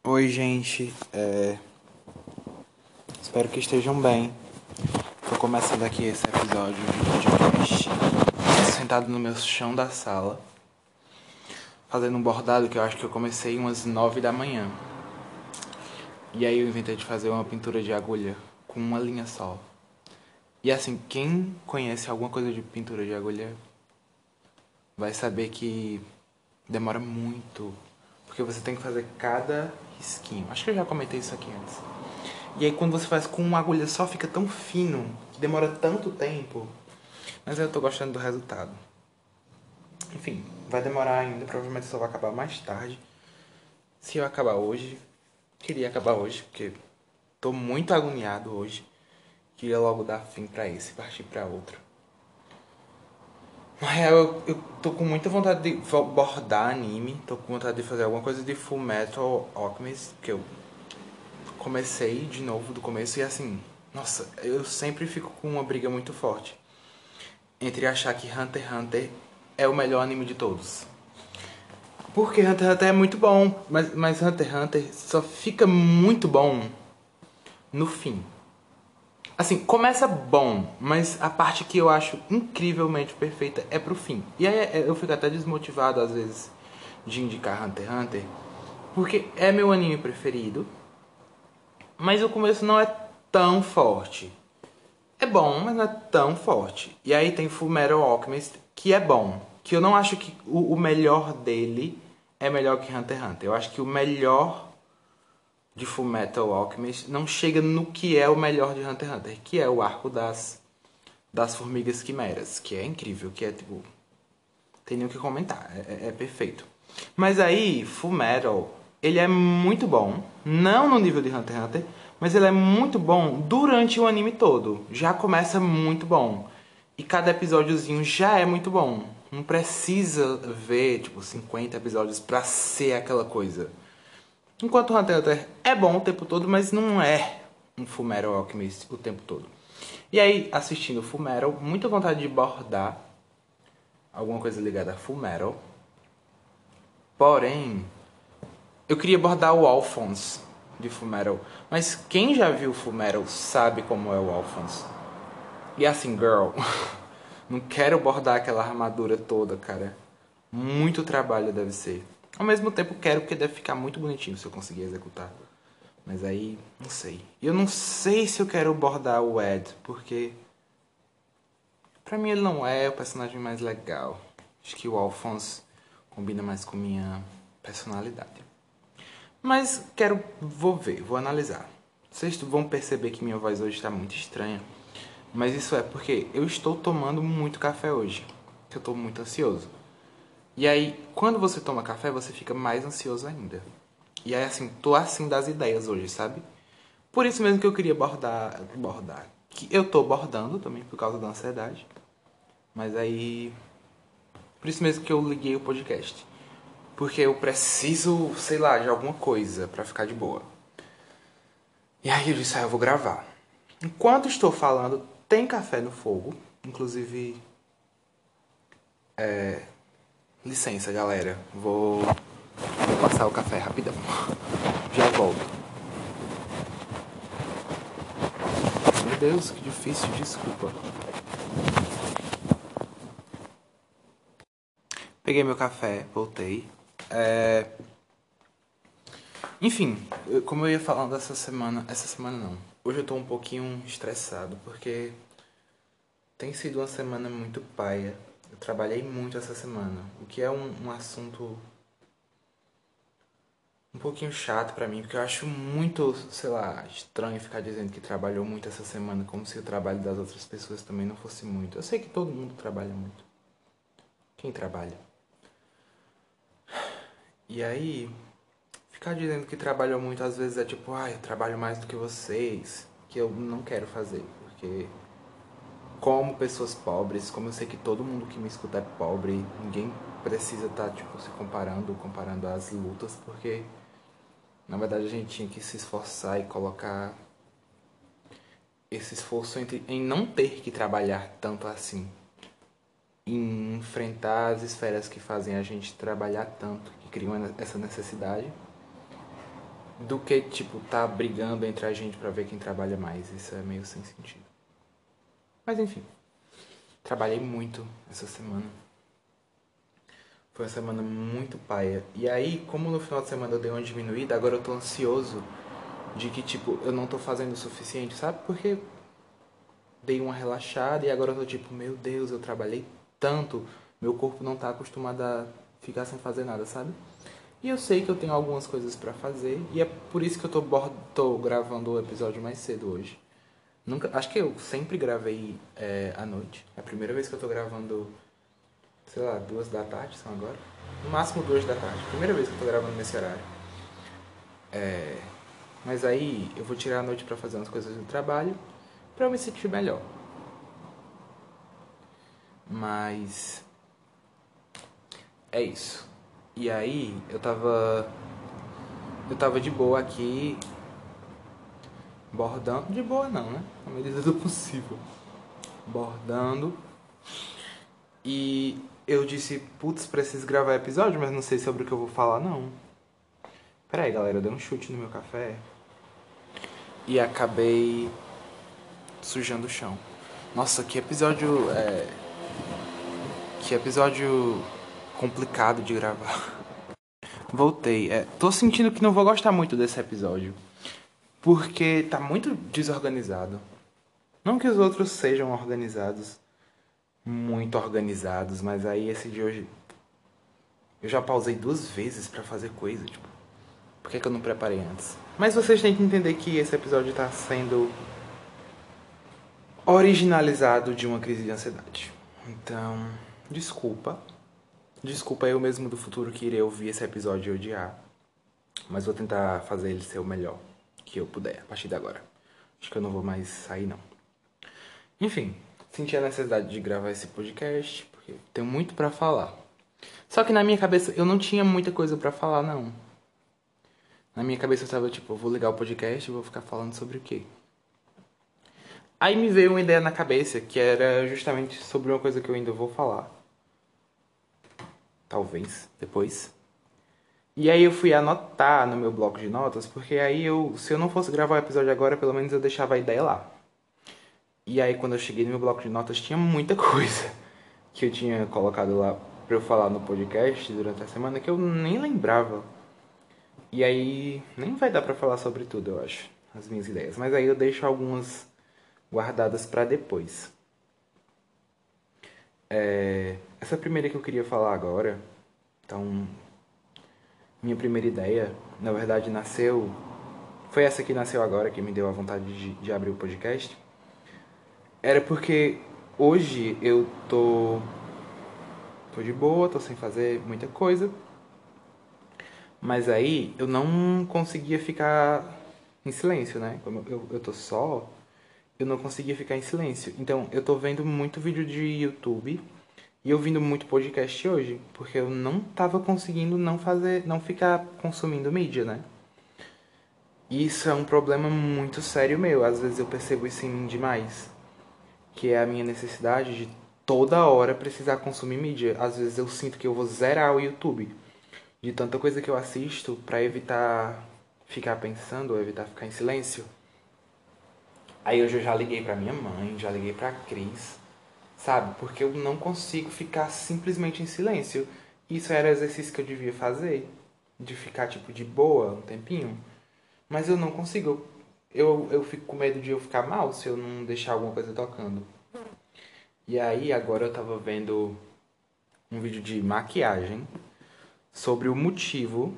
Oi, gente. Espero que estejam bem. Tô começando aqui esse episódio de podcast, sentado no meu chão da sala, fazendo um bordado que eu acho que eu comecei umas 9 da manhã. E aí eu inventei de fazer uma pintura de agulha com uma linha só. E assim, quem conhece alguma coisa de pintura de agulha vai saber que demora muito, porque você tem que fazer cada risquinho. Acho que eu já comentei isso aqui antes. E aí quando você faz com uma agulha só fica tão fino, que demora tanto tempo. Mas eu tô gostando do resultado. Enfim, vai demorar ainda, provavelmente só vai acabar mais tarde. Se eu acabar hoje, queria acabar hoje, porque tô muito agoniado hoje. Queria logo dar fim pra esse e partir pra outro. Na real, eu tô com muita vontade de bordar anime. Tô com vontade de fazer alguma coisa de Fullmetal Alchemist, que eu comecei de novo do começo e assim, nossa, eu sempre fico com uma briga muito forte entre achar que Hunter x Hunter é o melhor anime de todos. Porque Hunter x Hunter é muito bom, mas Hunter x Hunter só fica muito bom no fim. Assim, começa bom, mas a parte que eu acho incrivelmente perfeita é pro fim. E aí eu fico até desmotivado às vezes de indicar Hunter x Hunter, porque é meu anime preferido, mas o começo não é tão forte. É bom, mas não é tão forte. E aí tem Fullmetal Alchemist, que é bom. Que eu não acho que o melhor dele é melhor que Hunter x Hunter. Eu acho que o melhor de Fullmetal Alchemist não chega no que é o melhor de Hunter x Hunter, que é o arco das formigas quimeras, que é incrível, que é tipo... Tem nem o que comentar, é perfeito. Mas aí, Fullmetal, ele é muito bom, não no nível de Hunter x Hunter, mas ele é muito bom durante o anime todo. Já começa muito bom. E cada episódiozinho já é muito bom. Não precisa ver, tipo, 50 episódios pra ser aquela coisa. Enquanto Hunter x Hunter é bom o tempo todo, mas não é um Fullmetal Alchemist o tempo todo. E aí, assistindo Fullmetal, muita vontade de bordar alguma coisa ligada a Fullmetal. Porém, eu queria bordar o Alphonse de Fullmetal. Mas quem já viu Fullmetal sabe como é o Alphonse. E assim, girl, não quero bordar aquela armadura toda, cara. Muito trabalho deve ser. Ao mesmo tempo quero, porque deve ficar muito bonitinho se eu conseguir executar. Mas aí, não sei. E eu não sei se eu quero bordar o Ed, porque... Pra mim ele não é o personagem mais legal. Acho que o Alphonse combina mais com minha personalidade. Mas vou ver, vou analisar. Vocês vão perceber que minha voz hoje está muito estranha. Mas isso é porque eu estou tomando muito café hoje. Que eu estou muito ansioso. E aí, quando você toma café, você fica mais ansioso ainda. E aí, assim, tô assim das ideias hoje, sabe? Por isso mesmo que eu queria bordar. Que eu tô bordando também por causa da ansiedade. Mas aí... Por isso mesmo que eu liguei o podcast. Porque eu preciso, sei lá, de alguma coisa pra ficar de boa. E aí eu disse, eu vou gravar. Enquanto estou falando, tem café no fogo. Inclusive, licença, galera. Vou passar o café rapidão. Já volto. Meu Deus, que difícil, desculpa. Peguei meu café, voltei. Enfim, como eu ia falando essa semana não. Hoje eu tô um pouquinho estressado porque tem sido uma semana muito paia. Eu trabalhei muito essa semana, o que é um assunto um pouquinho chato pra mim, porque eu acho muito, sei lá, estranho ficar dizendo que trabalhou muito essa semana, como se o trabalho das outras pessoas também não fosse muito. Eu sei que todo mundo trabalha muito. Quem trabalha? E aí, ficar dizendo que trabalhou muito às vezes é tipo, eu trabalho mais do que vocês, que eu não quero fazer, porque como pessoas pobres, como eu sei que todo mundo que me escuta é pobre, ninguém precisa estar tipo se comparando as lutas, porque na verdade a gente tinha que se esforçar e colocar esse esforço em não ter que trabalhar tanto assim, em enfrentar as esferas que fazem a gente trabalhar tanto, que criam essa necessidade. do que, tipo, tá brigando entre a gente pra ver quem trabalha mais. Isso é meio sem sentido. Mas enfim, trabalhei muito essa semana. Foi uma semana muito paia. E aí, como no final de semana eu dei uma diminuída, agora eu tô ansioso de que, tipo, eu não tô fazendo o suficiente, sabe? Porque dei uma relaxada e agora eu tô tipo, meu Deus, eu trabalhei tanto, meu corpo não tá acostumado a ficar sem fazer nada, sabe? E eu sei que eu tenho algumas coisas pra fazer e é por isso que eu tô gravando o episódio mais cedo hoje. Nunca, acho que eu sempre gravei à noite. É a primeira vez que eu tô gravando, sei lá, 2 da tarde, são agora. No máximo 2 da tarde. Primeira vez que eu tô gravando nesse horário. Mas aí eu vou tirar a noite pra fazer umas coisas do trabalho pra eu me sentir melhor. Mas é isso. E aí eu tava de boa aqui bordando, de boa não, né? Na medida do possível. Bordando e eu disse, putz, preciso gravar episódio, mas não sei sobre o que eu vou falar não. Pera aí, galera, eu dei um chute no meu café e acabei sujando o chão. Nossa, que episódio complicado de gravar. Voltei. Tô sentindo que não vou gostar muito desse episódio. Porque tá muito desorganizado. Não que os outros sejam organizados, muito organizados, mas aí esse de hoje eu já pausei 2 vezes pra fazer coisa, tipo, por que eu não preparei antes? Mas vocês têm que entender que esse episódio tá sendo originalizado de uma crise de ansiedade. Então, desculpa. Desculpa eu mesmo do futuro que irei ouvir esse episódio e odiar. Mas vou tentar fazer ele ser o melhor que eu puder a partir de agora. Acho que eu não vou mais sair não. Enfim, senti a necessidade de gravar esse podcast, porque tenho muito pra falar. Só que na minha cabeça eu não tinha muita coisa pra falar, não. Na minha cabeça eu tava tipo, eu vou ligar o podcast e vou ficar falando sobre o quê? Aí me veio uma ideia na cabeça que era justamente sobre uma coisa que eu ainda vou falar. Talvez, depois. E aí eu fui anotar no meu bloco de notas, porque aí se eu não fosse gravar o episódio agora, pelo menos eu deixava a ideia lá. E aí quando eu cheguei no meu bloco de notas tinha muita coisa que eu tinha colocado lá pra eu falar no podcast durante a semana que eu nem lembrava. E aí nem vai dar pra falar sobre tudo, eu acho, as minhas ideias. Mas aí eu deixo algumas guardadas pra depois. Essa primeira que eu queria falar agora, então, minha primeira ideia, na verdade, nasceu. Foi essa que nasceu agora, que me deu a vontade de abrir o podcast. Era porque hoje eu tô de boa, tô sem fazer muita coisa. Mas aí eu não conseguia ficar em silêncio, né? Como eu tô só, eu não conseguia ficar em silêncio. Então eu tô vendo muito vídeo de YouTube e ouvindo muito podcast hoje, porque eu não tava conseguindo não ficar consumindo mídia, né? E isso é um problema muito sério meu. Às vezes eu percebo isso em mim demais, que é a minha necessidade de toda hora precisar consumir mídia. Às vezes eu sinto que eu vou zerar o YouTube de tanta coisa que eu assisto pra evitar ficar pensando ou evitar ficar em silêncio. Aí hoje eu já liguei pra minha mãe, já liguei pra Cris, sabe? Porque eu não consigo ficar simplesmente em silêncio. Isso era o exercício que eu devia fazer, de ficar tipo de boa um tempinho. Mas eu não consigo. Eu fico com medo de eu ficar mal se eu não deixar alguma coisa tocando. E aí agora eu tava vendo um vídeo de maquiagem sobre o motivo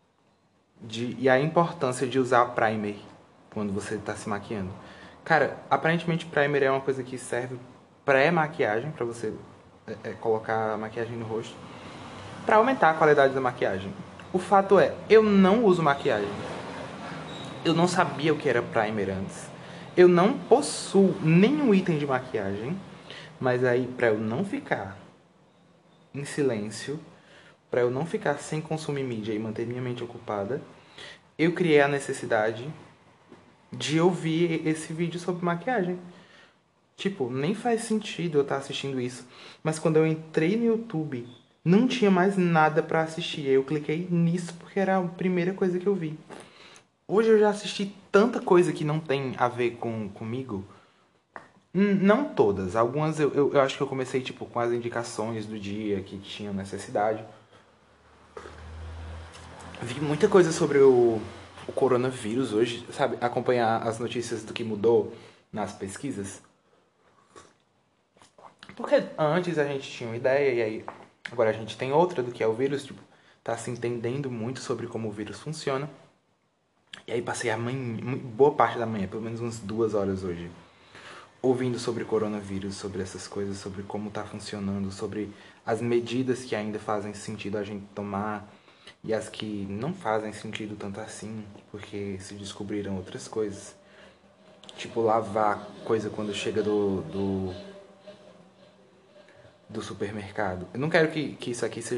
e a importância de usar primer quando você está se maquiando. Cara, aparentemente primer é uma coisa que serve pré-maquiagem, pra você colocar a maquiagem no rosto, pra aumentar a qualidade da maquiagem. O fato é, eu não uso maquiagem. Eu não sabia o que era primer antes. Eu não possuo nenhum item de maquiagem, mas aí pra eu não ficar em silêncio, pra eu não ficar sem consumir mídia e manter minha mente ocupada, eu criei a necessidade de ouvir esse vídeo sobre maquiagem. Tipo, nem faz sentido eu estar assistindo isso. Mas quando eu entrei no YouTube, não tinha mais nada pra assistir. Eu cliquei nisso porque era a primeira coisa que eu vi. Hoje eu já assisti tanta coisa que não tem a ver comigo. Não todas. Algumas eu acho que eu comecei, tipo, com as indicações do dia que tinham necessidade. Vi muita coisa sobre o coronavírus hoje, sabe? Acompanhar as notícias do que mudou nas pesquisas. Porque antes a gente tinha uma ideia e aí agora a gente tem outra do que é o vírus, tipo, tá se entendendo muito sobre como o vírus funciona. E aí passei a manhã, boa parte da manhã, pelo menos umas 2 horas hoje, ouvindo sobre coronavírus, sobre essas coisas, sobre como tá funcionando, sobre as medidas que ainda fazem sentido a gente tomar e as que não fazem sentido tanto assim, porque se descobriram outras coisas. Tipo, lavar coisa quando chega do supermercado. Eu não quero que isso aqui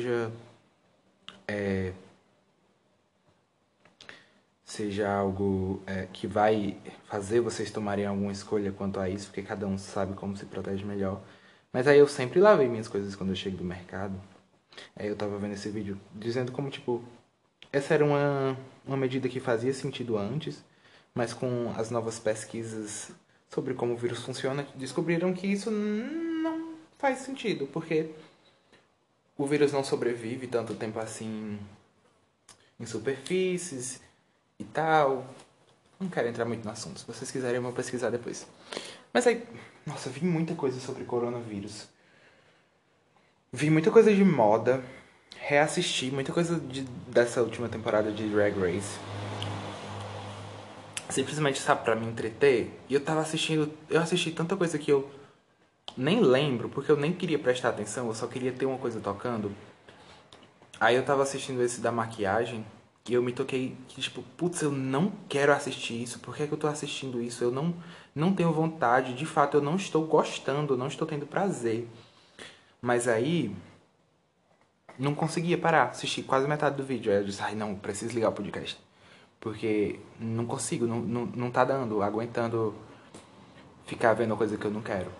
seja algo que vai fazer vocês tomarem alguma escolha quanto a isso, porque cada um sabe como se protege melhor. Mas aí eu sempre lavei minhas coisas quando eu chego do mercado. Aí eu tava vendo esse vídeo dizendo como, tipo, essa era uma medida que fazia sentido antes, mas com as novas pesquisas sobre como o vírus funciona, descobriram que isso não faz sentido, porque o vírus não sobrevive tanto tempo assim em superfícies e tal. Não quero entrar muito no assunto. Se vocês quiserem, eu vou pesquisar depois. Mas aí, nossa, vi muita coisa sobre coronavírus. Vi muita coisa de moda. Reassisti muita coisa dessa última temporada de Drag Race. Simplesmente, sabe, pra me entreter. E eu tava assistindo. Eu assisti tanta coisa que eu nem lembro, porque eu nem queria prestar atenção, eu só queria ter uma coisa tocando. Aí eu tava assistindo esse da maquiagem. E eu me toquei que, tipo, putz, eu não quero assistir isso. Por que é que eu tô assistindo isso? Eu não tenho vontade. De fato, eu não estou gostando. Eu não estou tendo prazer. Mas aí, não conseguia parar. Assisti quase metade do vídeo. Aí eu disse, ai, não, preciso ligar o podcast. Porque não consigo, não tá dando, aguentando ficar vendo coisa que eu não quero.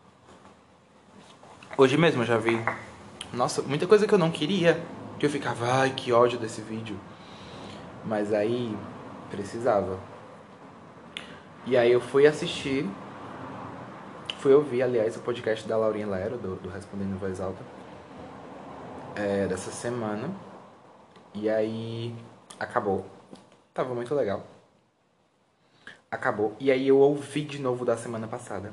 Hoje mesmo eu já vi, nossa, muita coisa que eu não queria. Que eu ficava, ai, que ódio desse vídeo. Mas aí, precisava. E aí eu fui assistir, fui ouvir, aliás, o podcast da Laurinha Lero, do Respondendo em Voz Alta, dessa semana. E aí, acabou. Tava muito legal. Acabou. E aí eu ouvi de novo da semana passada.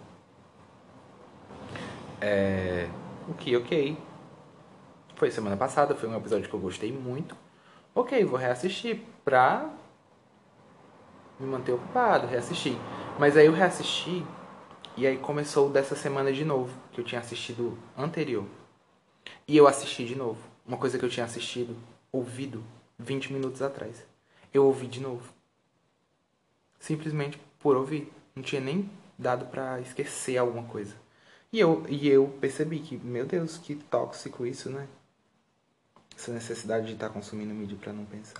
Ok. Foi semana passada, foi um episódio que eu gostei muito. Ok, vou reassistir pra me manter ocupado, reassistir. Mas aí eu reassisti e aí começou o dessa semana de novo, que eu tinha assistido anterior. E eu assisti de novo. Uma coisa que eu tinha assistido, ouvido, 20 minutos atrás. Eu ouvi de novo. Simplesmente por ouvir. Não tinha nem dado pra esquecer alguma coisa. E eu percebi que, meu Deus, que tóxico isso, né? Essa necessidade de estar consumindo mídia pra não pensar.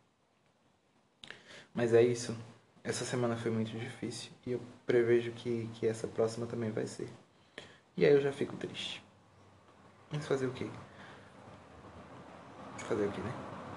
Mas é isso. Essa semana foi muito difícil. E eu prevejo que essa próxima também vai ser. E aí eu já fico triste. Mas fazer o quê? Fazer o quê, né?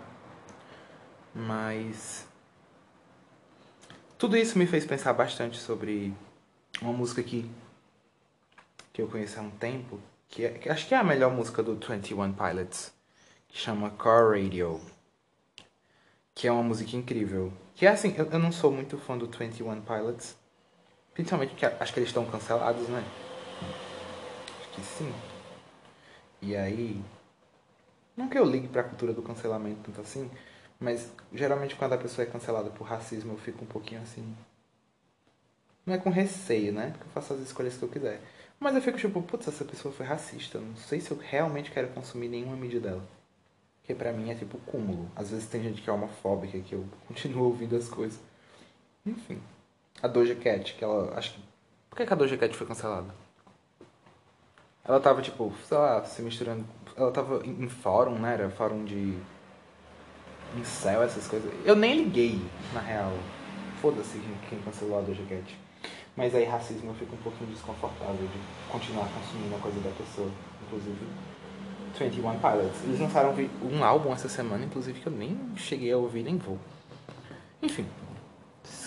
Mas tudo isso me fez pensar bastante sobre uma música que eu conheço há um tempo, que acho que é a melhor música do 21 Pilots, que chama Car Radio, que é uma música incrível. Que é assim, eu não sou muito fã do 21 Pilots, principalmente porque acho que eles estão cancelados, né? Acho que sim. E aí, não que eu ligue pra cultura do cancelamento tanto assim, mas geralmente quando a pessoa é cancelada por racismo eu fico um pouquinho assim. Não é com receio, né? Porque eu faço as escolhas que eu quiser. Mas eu fico tipo, putz, essa pessoa foi racista. Não sei se eu realmente quero consumir nenhuma mídia dela. Porque pra mim é tipo cúmulo. Às vezes tem gente que é homofóbica, que eu continuo ouvindo as coisas. Enfim. A Doja Cat, que ela. Acho que. Por que a Doja Cat foi cancelada? Ela tava, tipo, sei lá, se misturando. Ela tava em fórum, né? Era fórum de incel, essas coisas. Eu nem liguei, na real. Foda-se quem cancelou a Doja Cat. Mas aí racismo eu fico um pouquinho desconfortável de continuar consumindo a coisa da pessoa. Inclusive, 21 Pilots. Eles lançaram um álbum essa semana, inclusive, que eu nem cheguei a ouvir, nem vou. Enfim.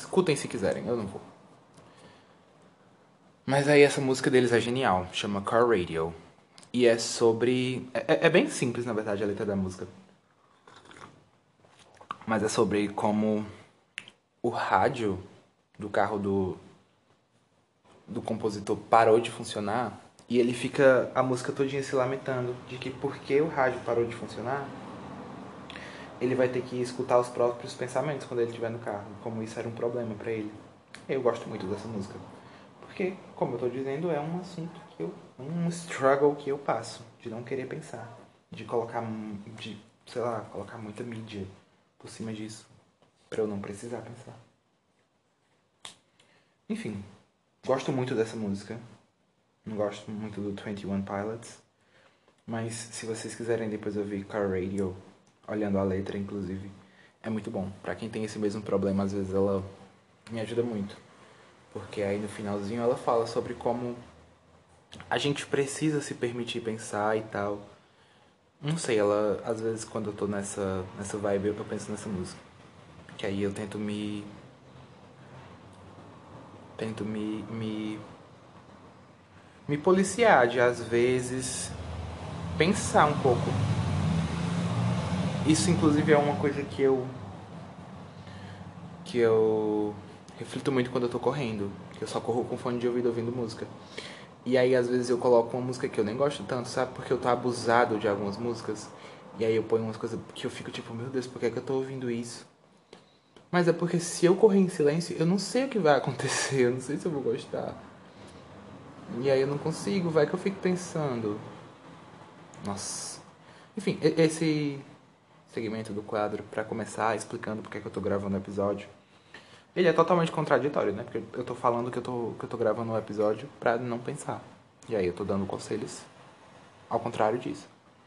Escutem se quiserem, eu não vou. Mas aí essa música deles é genial, chama Car Radio. E é sobre... É bem simples, na verdade, a letra da música. Mas é sobre como o rádio do carro do compositor parou de funcionar. E ele fica a música todinha se lamentando de que porque o rádio parou de funcionar, ele vai ter que escutar os próprios pensamentos quando ele estiver no carro. Como isso era um problema pra ele. Eu gosto muito dessa música. Porque, como eu tô dizendo, é um assunto que um struggle que eu passo. De não querer pensar. De colocar, colocar muita mídia por cima disso. Pra eu não precisar pensar. Enfim, gosto muito dessa música. Não gosto muito do 21 Pilots. Mas se vocês quiserem depois ouvir Car Radio, olhando a letra, inclusive, é muito bom. Pra quem tem esse mesmo problema, às vezes ela me ajuda muito. Porque aí no finalzinho ela fala sobre como a gente precisa se permitir pensar e tal. Não sei, ela, às vezes quando eu tô nessa vibe, eu penso nessa música. Que aí eu tento me policiar de, às vezes, pensar um pouco. Isso, inclusive, é uma coisa que eu reflito muito quando eu tô correndo. Que eu só corro com fone de ouvido ouvindo música. E aí, às vezes, eu coloco uma música que eu nem gosto tanto, sabe? Porque eu tô abusado de algumas músicas. E aí eu ponho umas coisas que eu fico tipo, meu Deus, por que é que eu tô ouvindo isso? Mas é porque se eu correr em silêncio, eu não sei o que vai acontecer. Eu não sei se eu vou gostar. E aí eu não consigo, vai que eu fico pensando. Nossa. Enfim, esse segmento do quadro, pra começar explicando porque é que eu tô gravando o episódio, ele é totalmente contraditório, né? Porque eu tô falando que eu tô gravando o episódio pra não pensar. E aí eu tô dando conselhos ao contrário disso.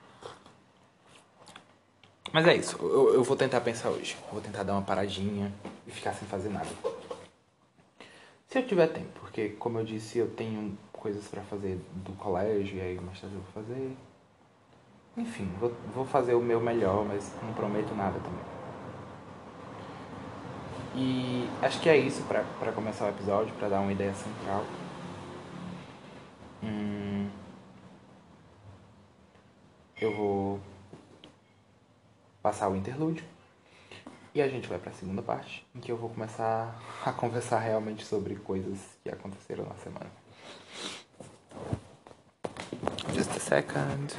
Mas é isso, eu vou tentar pensar hoje. Vou tentar dar uma paradinha e ficar sem fazer nada. Se eu tiver tempo, porque como eu disse, eu tenho coisas pra fazer do colégio e aí mais tarde eu vou fazer. Enfim, vou fazer o meu melhor, mas não prometo nada também. E acho que é isso pra começar o episódio, pra dar uma ideia central. Eu vou passar o interlúdio e a gente vai pra segunda parte, em que eu vou começar a conversar realmente sobre coisas que aconteceram na semana. Just a second.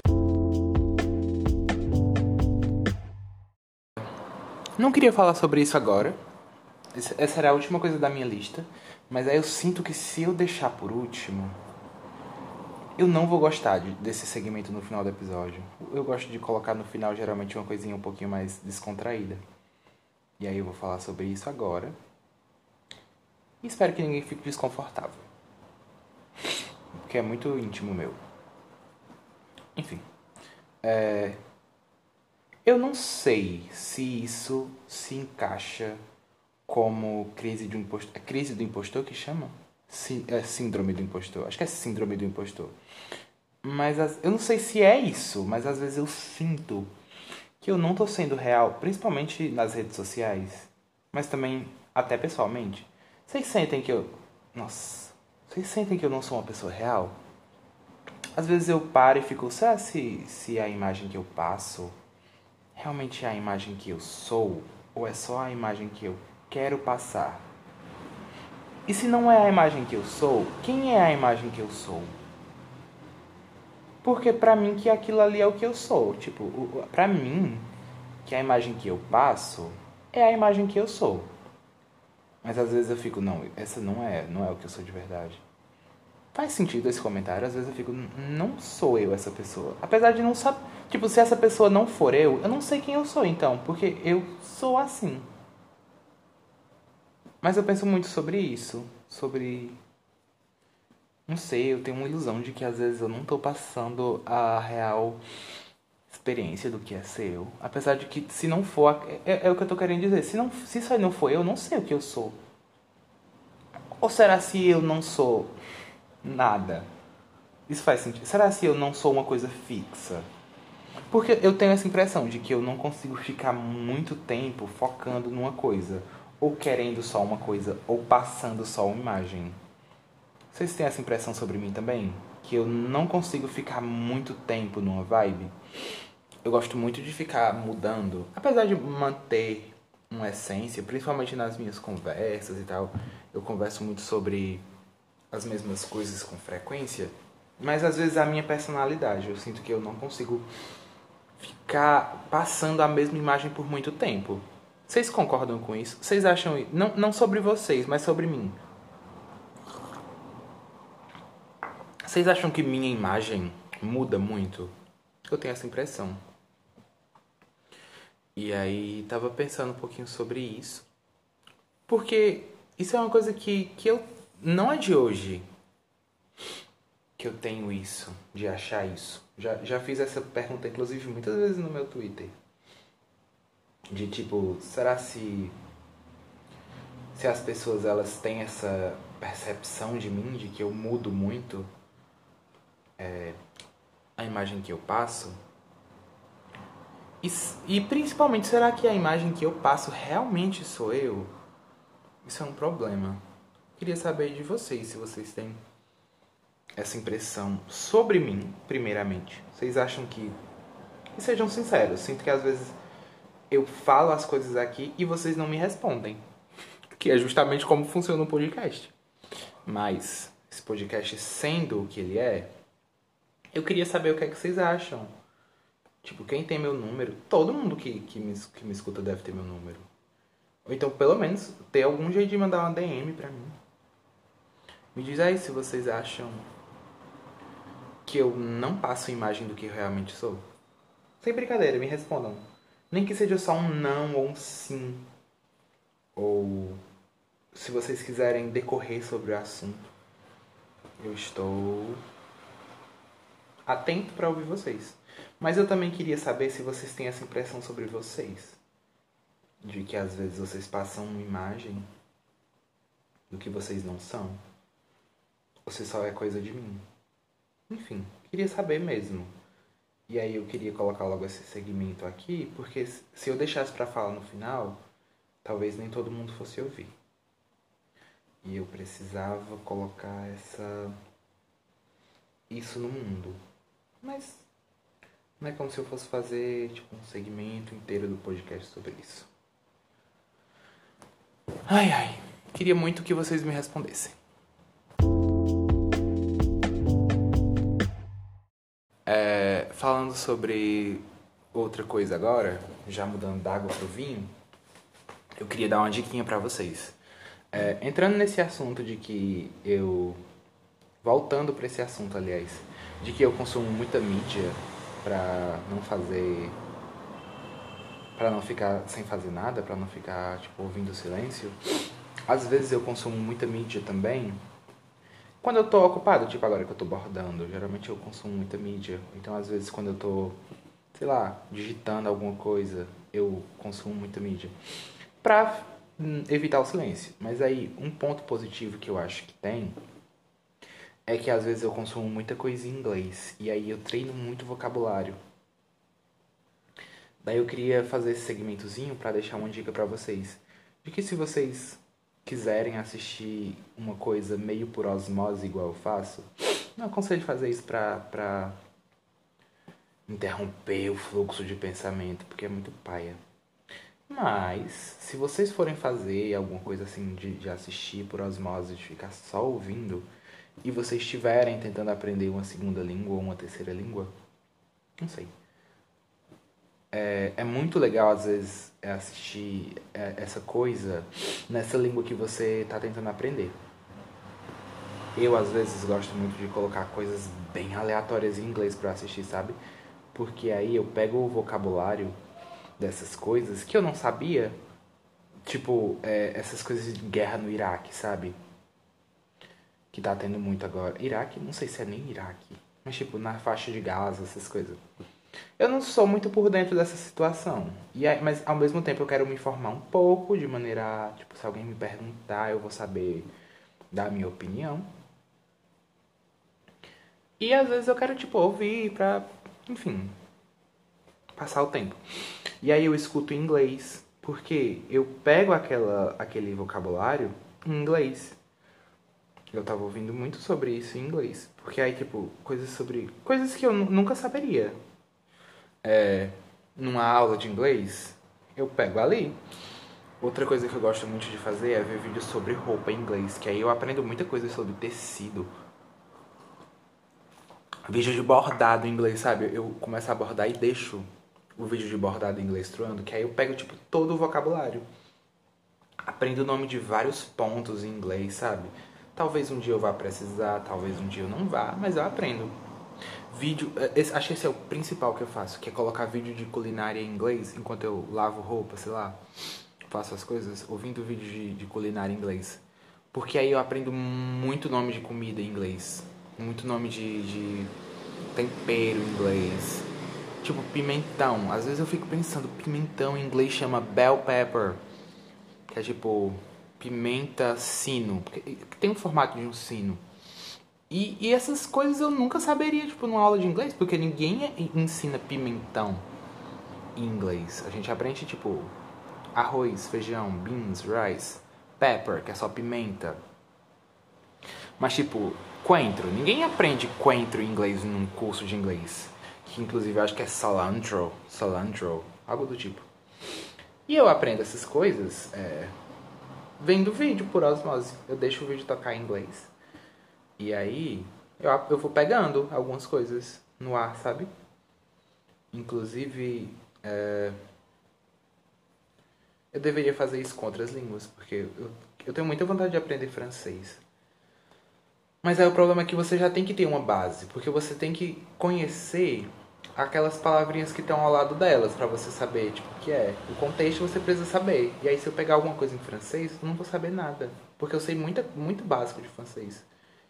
Não queria falar sobre isso agora. Essa era a última coisa da minha lista. Mas aí eu sinto que se eu deixar por último, eu não vou gostar desse segmento no final do episódio. Eu gosto de colocar no final geralmente uma coisinha um pouquinho mais descontraída. E aí eu vou falar sobre isso agora. E espero que ninguém fique desconfortável. Porque é muito íntimo meu. Enfim. Eu não sei se isso se encaixa como crise de um impostor. É crise do impostor que chama? É síndrome do impostor. Acho que é síndrome do impostor. Mas eu não sei se é isso, mas às vezes eu sinto que eu não tô sendo real, principalmente nas redes sociais, mas também até pessoalmente. Vocês sentem que eu... Nossa, vocês sentem que eu não sou uma pessoa real? Às vezes eu paro e fico, será se a imagem que eu passo realmente é a imagem que eu sou? Ou é só a imagem que eu quero passar? E se não é a imagem que eu sou, quem é a imagem que eu sou? Porque pra mim que aquilo ali é o que eu sou. Tipo, pra mim, que a imagem que eu passo é a imagem que eu sou. Mas às vezes eu fico, não, essa não é o que eu sou de verdade. Faz sentido esse comentário, às vezes eu fico, não sou eu essa pessoa. Apesar de não saber, tipo, se essa pessoa não for eu não sei quem eu sou então, porque eu sou assim. Mas eu penso muito sobre isso, não sei, eu tenho uma ilusão de que às vezes eu não tô passando a real experiência do que é ser eu. Apesar de que se não for, é o que eu tô querendo dizer, se isso aí não for eu não sei o que eu sou. Ou será se eu não sou nada? Isso faz sentido? Será se eu não sou uma coisa fixa? Porque eu tenho essa impressão de que eu não consigo ficar muito tempo focando numa coisa. ou querendo só uma coisa, ou passando só uma imagem. Vocês têm essa impressão sobre mim também? Que eu não consigo ficar muito tempo numa vibe? Eu gosto muito de ficar mudando, apesar de manter uma essência, principalmente nas minhas conversas e tal. Eu converso muito sobre as mesmas coisas com frequência, mas às vezes a minha personalidade, eu sinto que eu não consigo ficar passando a mesma imagem por muito tempo. Vocês concordam com isso? Vocês acham, não sobre vocês, mas sobre mim? Vocês acham que minha imagem muda muito? Eu tenho essa impressão. E aí, tava pensando um pouquinho sobre isso. Porque isso é uma coisa que eu. Não é de hoje que eu tenho isso, de achar isso. Já fiz essa pergunta, inclusive, muitas vezes no meu Twitter. De tipo, será se as pessoas elas têm essa percepção de mim, de que eu mudo muito a imagem que eu passo? E principalmente, será que a imagem que eu passo realmente sou eu? Isso é um problema. Queria saber de vocês, se vocês têm essa impressão sobre mim, primeiramente. Vocês acham que... E sejam sinceros, sinto que às vezes eu falo as coisas aqui e vocês não me respondem. Que é justamente como funciona um podcast. Mas, esse podcast sendo o que ele é, eu queria saber o que é que vocês acham. Tipo, quem tem meu número? Todo mundo que me escuta deve ter meu número. Ou então, pelo menos, ter algum jeito de mandar uma DM pra mim. Me diz aí se vocês acham que eu não passo a imagem do que eu realmente sou. Sem brincadeira, me respondam. Nem que seja só um não ou um sim. Ou se vocês quiserem decorrer sobre o assunto. Eu estou atento para ouvir vocês. Mas eu também queria saber se vocês têm essa impressão sobre vocês. De que às vezes vocês passam uma imagem do que vocês não são. Ou se só é coisa de mim. Enfim, queria saber mesmo. E aí eu queria colocar logo esse segmento aqui, porque se eu deixasse pra falar no final, talvez nem todo mundo fosse ouvir. E eu precisava colocar isso no mundo. Mas não é como se eu fosse fazer tipo um segmento inteiro do podcast sobre isso. Ai, ai. Queria muito que vocês me respondessem. Falando sobre outra coisa agora, já mudando da água pro vinho, eu queria dar uma diquinha pra vocês. Entrando nesse assunto de que eu... Voltando pra esse assunto, aliás, de que eu consumo muita mídia pra não fazer... Pra não ficar sem fazer nada, pra não ficar, tipo, ouvindo silêncio. Às vezes eu consumo muita mídia também quando eu tô ocupado, tipo agora que eu tô bordando. Geralmente eu consumo muita mídia. Então às vezes quando eu tô, sei lá, digitando alguma coisa, eu consumo muita mídia. Pra evitar o silêncio. Mas aí, um ponto positivo que eu acho que tem é que às vezes eu consumo muita coisa em inglês. E aí eu treino muito vocabulário. Daí eu queria fazer esse segmentozinho pra deixar uma dica pra vocês. De que se vocês quiserem assistir uma coisa meio por osmose igual eu faço, não aconselho fazer isso pra interromper o fluxo de pensamento, porque é muito paia. Mas, se vocês forem fazer alguma coisa assim de assistir por osmose, de ficar só ouvindo, e vocês estiverem tentando aprender uma segunda língua ou uma terceira língua, não sei. É muito legal, às vezes, assistir essa coisa nessa língua que você está tentando aprender. Eu, às vezes, gosto muito de colocar coisas bem aleatórias em inglês para assistir, sabe? Porque aí eu pego o vocabulário dessas coisas que eu não sabia. Tipo, essas coisas de guerra no Iraque, sabe? Que tá tendo muito agora. Iraque? Não sei se é nem Iraque. Mas, tipo, na faixa de Gaza, essas coisas. Eu não sou muito por dentro dessa situação. Mas, ao mesmo tempo, eu quero me informar um pouco, de maneira... Tipo, se alguém me perguntar, eu vou saber dar a minha opinião. E, às vezes, eu quero, tipo, ouvir pra... Enfim... Passar o tempo. E aí eu escuto em inglês, Porque eu pego aquele vocabulário em inglês. Eu tava ouvindo muito sobre isso em inglês. Porque aí, tipo, coisas que eu nunca saberia. Numa aula de inglês, eu pego ali. Outra coisa que eu gosto muito de fazer é ver vídeos sobre roupa em inglês. Que aí eu aprendo muita coisa sobre tecido. Vídeo de bordado em inglês, sabe? Eu começo a bordar e deixo o vídeo de bordado em inglês truando. Que aí eu pego, tipo, todo o vocabulário. Aprendo o nome de vários pontos em inglês, sabe? Talvez um dia eu vá precisar, talvez um dia eu não vá, mas eu aprendo. Acho que esse é o principal que eu faço, que é colocar vídeo de culinária em inglês enquanto eu lavo roupa, sei lá, faço as coisas, ouvindo vídeo de culinária em inglês. Porque aí eu aprendo muito nome de comida em inglês, muito nome de tempero em inglês. Tipo, pimentão. Às vezes eu fico pensando, pimentão em inglês chama bell pepper, que é tipo pimenta sino, que tem um formato de um sino. E essas coisas eu nunca saberia, tipo, numa aula de inglês, porque ninguém ensina pimentão em inglês. A gente aprende, tipo, arroz, feijão, beans, rice, pepper, que é só pimenta. Mas, tipo, coentro. Ninguém aprende coentro em inglês num curso de inglês. Que, inclusive, eu acho que é cilantro, algo do tipo. E eu aprendo essas coisas vendo vídeo por osmose. Eu deixo o vídeo tocar em inglês. E aí, eu vou pegando algumas coisas no ar, sabe? Inclusive, eu deveria fazer isso com outras línguas, porque eu tenho muita vontade de aprender francês. Mas aí o problema é que você já tem que ter uma base, porque você tem que conhecer aquelas palavrinhas que estão ao lado delas, pra você saber, tipo, o que é. O contexto você precisa saber. E aí, se eu pegar alguma coisa em francês, eu não vou saber nada. Porque eu sei muito básico de francês.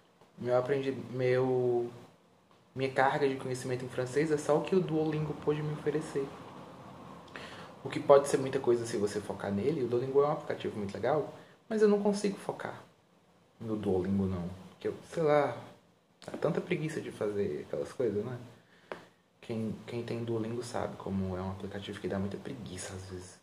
Minha carga de conhecimento em francês é só o que o Duolingo pôde me oferecer. O que pode ser muita coisa se você focar nele. O Duolingo é um aplicativo muito legal, mas eu não consigo focar no Duolingo, não. Porque eu, sei lá, dá tanta preguiça de fazer aquelas coisas, né? Quem tem Duolingo sabe como é um aplicativo que dá muita preguiça às vezes.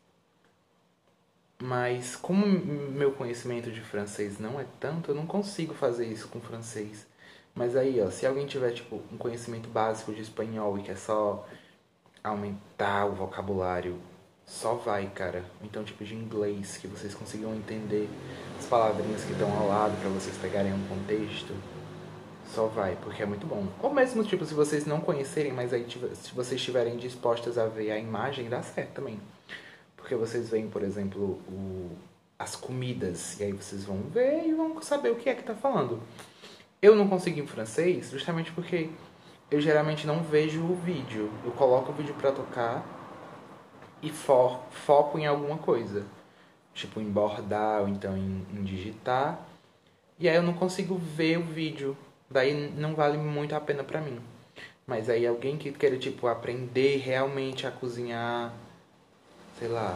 Mas como meu conhecimento de francês não é tanto, eu não consigo fazer isso com francês. Mas aí, ó, se alguém tiver, tipo, um conhecimento básico de espanhol e quer só aumentar o vocabulário, só vai, cara. Então, tipo, de inglês, que vocês consigam entender as palavrinhas que estão ao lado pra vocês pegarem um contexto, só vai, porque é muito bom. Ou mesmo, tipo, se vocês não conhecerem, mas aí se vocês estiverem dispostas a ver a imagem, dá certo também. Porque vocês veem, por exemplo, as comidas, e aí vocês vão ver e vão saber o que é que tá falando. Eu não consigo em francês justamente porque eu geralmente não vejo o vídeo. Eu coloco o vídeo pra tocar e foco em alguma coisa. Tipo, em bordar ou então em digitar. E aí eu não consigo ver o vídeo. Daí não vale muito a pena pra mim. Mas aí alguém que queira, tipo, aprender realmente a cozinhar, sei lá,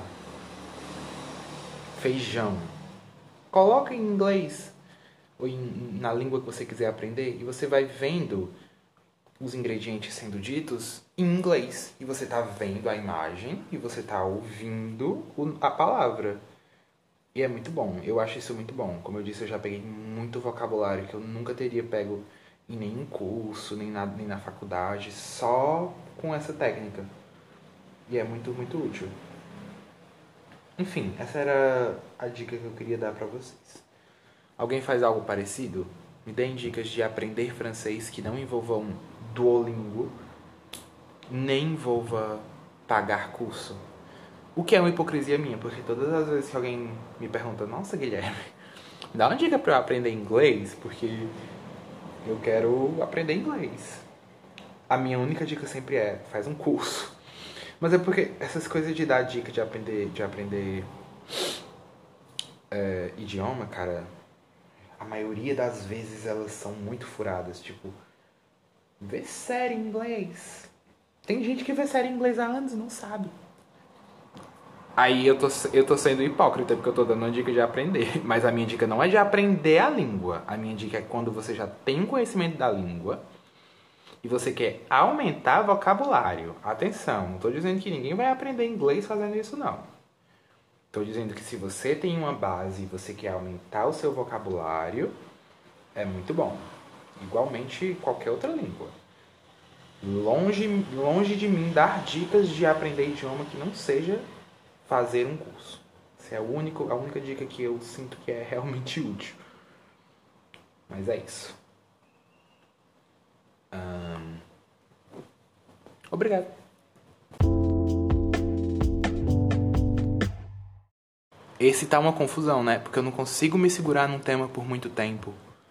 feijão. Coloca em inglês ou na língua que você quiser aprender e você vai vendo os ingredientes sendo ditos em inglês. E você tá vendo a imagem e você tá ouvindo a palavra. E é muito bom, eu acho isso muito bom. Como eu disse, eu já peguei muito vocabulário que eu nunca teria pego em nenhum curso, nem na faculdade, só com essa técnica. E é muito, muito útil. Enfim, essa era a dica que eu queria dar pra vocês. Alguém faz algo parecido? Me deem dicas de aprender francês que não envolvam Duolingo, nem envolva pagar curso. O que é uma hipocrisia minha, porque todas as vezes que alguém me pergunta, nossa, Guilherme, dá uma dica pra eu aprender inglês, porque eu quero aprender inglês. A minha única dica sempre é, faz um curso. Mas é porque essas coisas de dar dica de aprender idioma, cara, a maioria das vezes elas são muito furadas. Tipo, vê série em inglês. Tem gente que vê série em inglês há anos e não sabe. Aí eu tô sendo hipócrita porque eu tô dando uma dica de aprender. Mas a minha dica não é de aprender a língua. A minha dica é quando você já tem um conhecimento da língua e você quer aumentar vocabulário. Atenção, não tô dizendo que ninguém vai aprender inglês fazendo isso, não. Tô dizendo que se você tem uma base e você quer aumentar o seu vocabulário, é muito bom. Igualmente qualquer outra língua. Longe de mim dar dicas de aprender idioma que não seja fazer um curso. Essa é a única dica que eu sinto que é realmente útil. Mas é isso. Obrigado. Esse tá uma confusão, né? Porque eu não consigo me segurar num tema por muito tempo.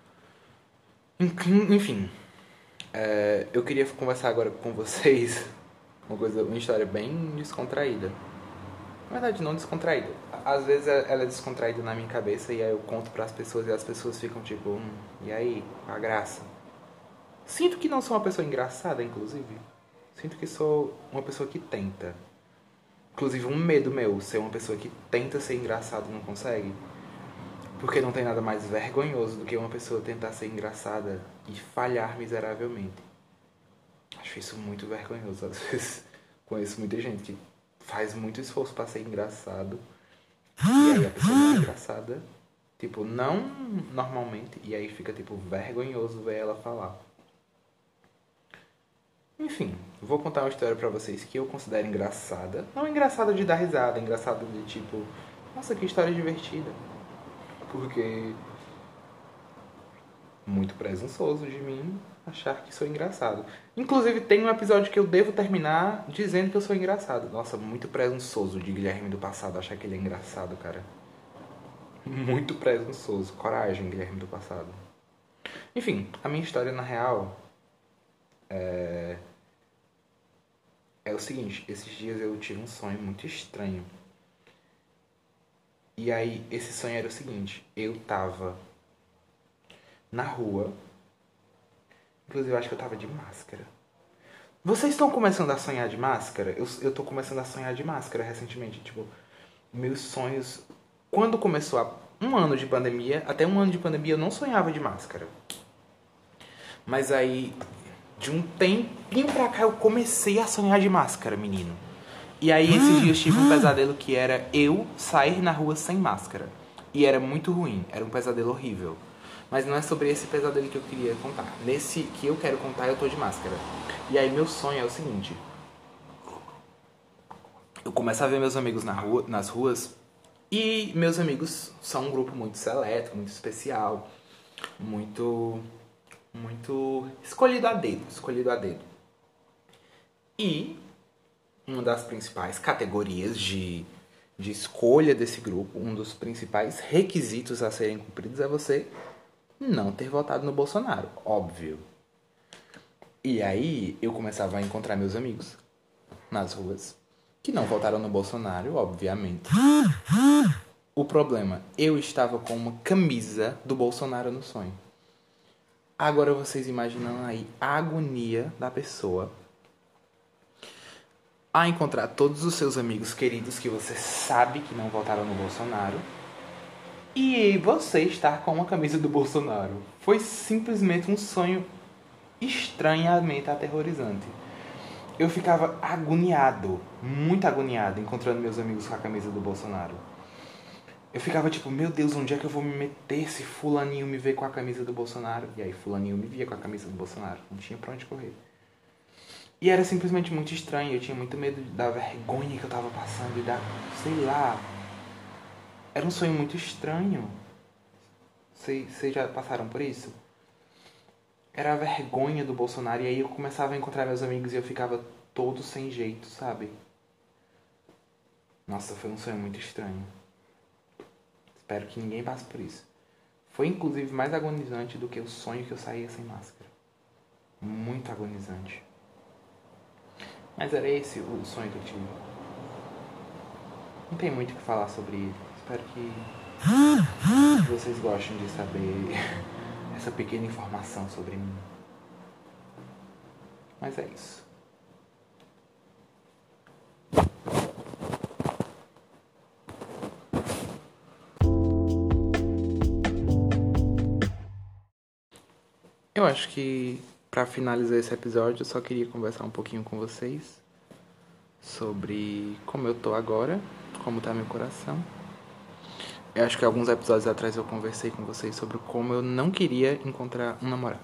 Enfim, eu queria conversar agora com vocês uma história bem descontraída. Na verdade, não descontraída. Às vezes ela é descontraída na minha cabeça e aí eu conto pras pessoas e as pessoas ficam tipo, e aí, a graça? Sinto que não sou uma pessoa engraçada, inclusive. Sinto que sou uma pessoa que tenta. Inclusive, um medo meu, ser uma pessoa que tenta ser engraçado e não consegue. Porque não tem nada mais vergonhoso do que uma pessoa tentar ser engraçada e falhar miseravelmente. Acho isso muito vergonhoso. Às vezes conheço muita gente que faz muito esforço pra ser engraçado. E aí a pessoa não é engraçada. Tipo, não normalmente. E aí fica, tipo, vergonhoso ver ela falar. Enfim, vou contar uma história pra vocês que eu considero engraçada. Não engraçada de dar risada, engraçada de tipo, nossa, que história divertida. Porque muito presunçoso de mim achar que sou engraçado. Inclusive tem um episódio que eu devo terminar dizendo que eu sou engraçado. Nossa, muito presunçoso de Guilherme do passado achar que ele é engraçado, cara. Muito presunçoso. Coragem, Guilherme do passado. Enfim, a minha história na real é o seguinte, esses dias eu tive um sonho muito estranho. E aí, esse sonho era o seguinte, eu tava na rua, inclusive eu acho que eu tava de máscara. Vocês estão começando a sonhar de máscara? Eu tô começando a sonhar de máscara recentemente, tipo, meus sonhos... Quando começou um ano de pandemia, até um ano de pandemia eu não sonhava de máscara. Mas aí, de um tempinho pra cá, eu comecei a sonhar de máscara, menino. E aí, esses dias tive um pesadelo que era eu sair na rua sem máscara. E era muito ruim, era um pesadelo horrível. Mas não é sobre esse pesadelo que eu queria contar. Nesse que eu quero contar, eu tô de máscara. E aí, meu sonho é o seguinte. Eu começo a ver meus amigos nas ruas. E meus amigos são um grupo muito seleto, muito especial. Muito escolhido a dedo. E uma das principais categorias de escolha desse grupo, um dos principais requisitos a serem cumpridos é você não ter votado no Bolsonaro, óbvio. E aí eu começava a encontrar meus amigos nas ruas que não votaram no Bolsonaro, obviamente. O problema, eu estava com uma camisa do Bolsonaro no sonho. Agora vocês imaginam aí a agonia da pessoa a encontrar todos os seus amigos queridos que você sabe que não votaram no Bolsonaro e você estar com uma camisa do Bolsonaro. Foi simplesmente um sonho estranhamente aterrorizante. Eu ficava agoniado, muito agoniado, encontrando meus amigos com a camisa do Bolsonaro. Eu ficava tipo, meu Deus, onde é que eu vou me meter se fulaninho me vê com a camisa do Bolsonaro? E aí fulaninho me via com a camisa do Bolsonaro. Não tinha pra onde correr. E era simplesmente muito estranho. Eu tinha muito medo da vergonha que eu tava passando e da... sei lá. Era um sonho muito estranho. Vocês já passaram por isso? Era a vergonha do Bolsonaro. E aí eu começava a encontrar meus amigos e eu ficava todo sem jeito, sabe? Nossa, foi um sonho muito estranho. Espero que ninguém passe por isso. Foi inclusive mais agonizante do que o sonho que eu saía sem máscara. Muito agonizante. Mas era esse o sonho que eu tive. Não tem muito o que falar sobre ele. Espero que vocês gostem de saber essa pequena informação sobre mim. Mas é isso. Eu acho que pra finalizar esse episódio eu só queria conversar um pouquinho com vocês sobre como eu tô agora, como tá meu coração Eu acho que alguns episódios atrás eu conversei com vocês sobre como eu não queria encontrar um namorado.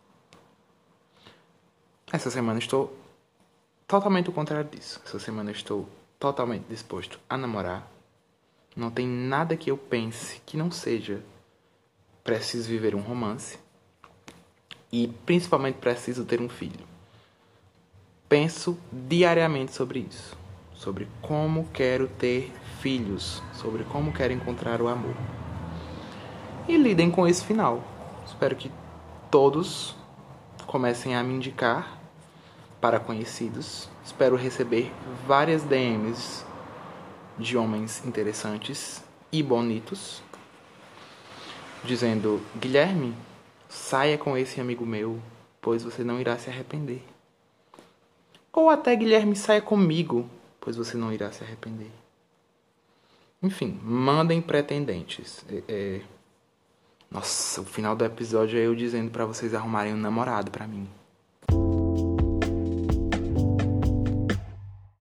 Essa semana estou totalmente o contrário disso. Essa semana estou totalmente disposto a namorar. Não tem nada que eu pense que não seja preciso viver um romance. E principalmente preciso ter um filho. Penso diariamente sobre isso. Sobre como quero ter filhos. Sobre como quero encontrar o amor. E lidem com esse final. Espero que todos comecem a me indicar para conhecidos. Espero receber várias DMs de homens interessantes e bonitos, dizendo: Guilherme, saia com esse amigo meu, pois você não irá se arrepender. Ou até: Guilherme, saia comigo, pois você não irá se arrepender. Enfim, mandem pretendentes. Nossa, o final do episódio é eu dizendo pra vocês arrumarem um namorado pra mim.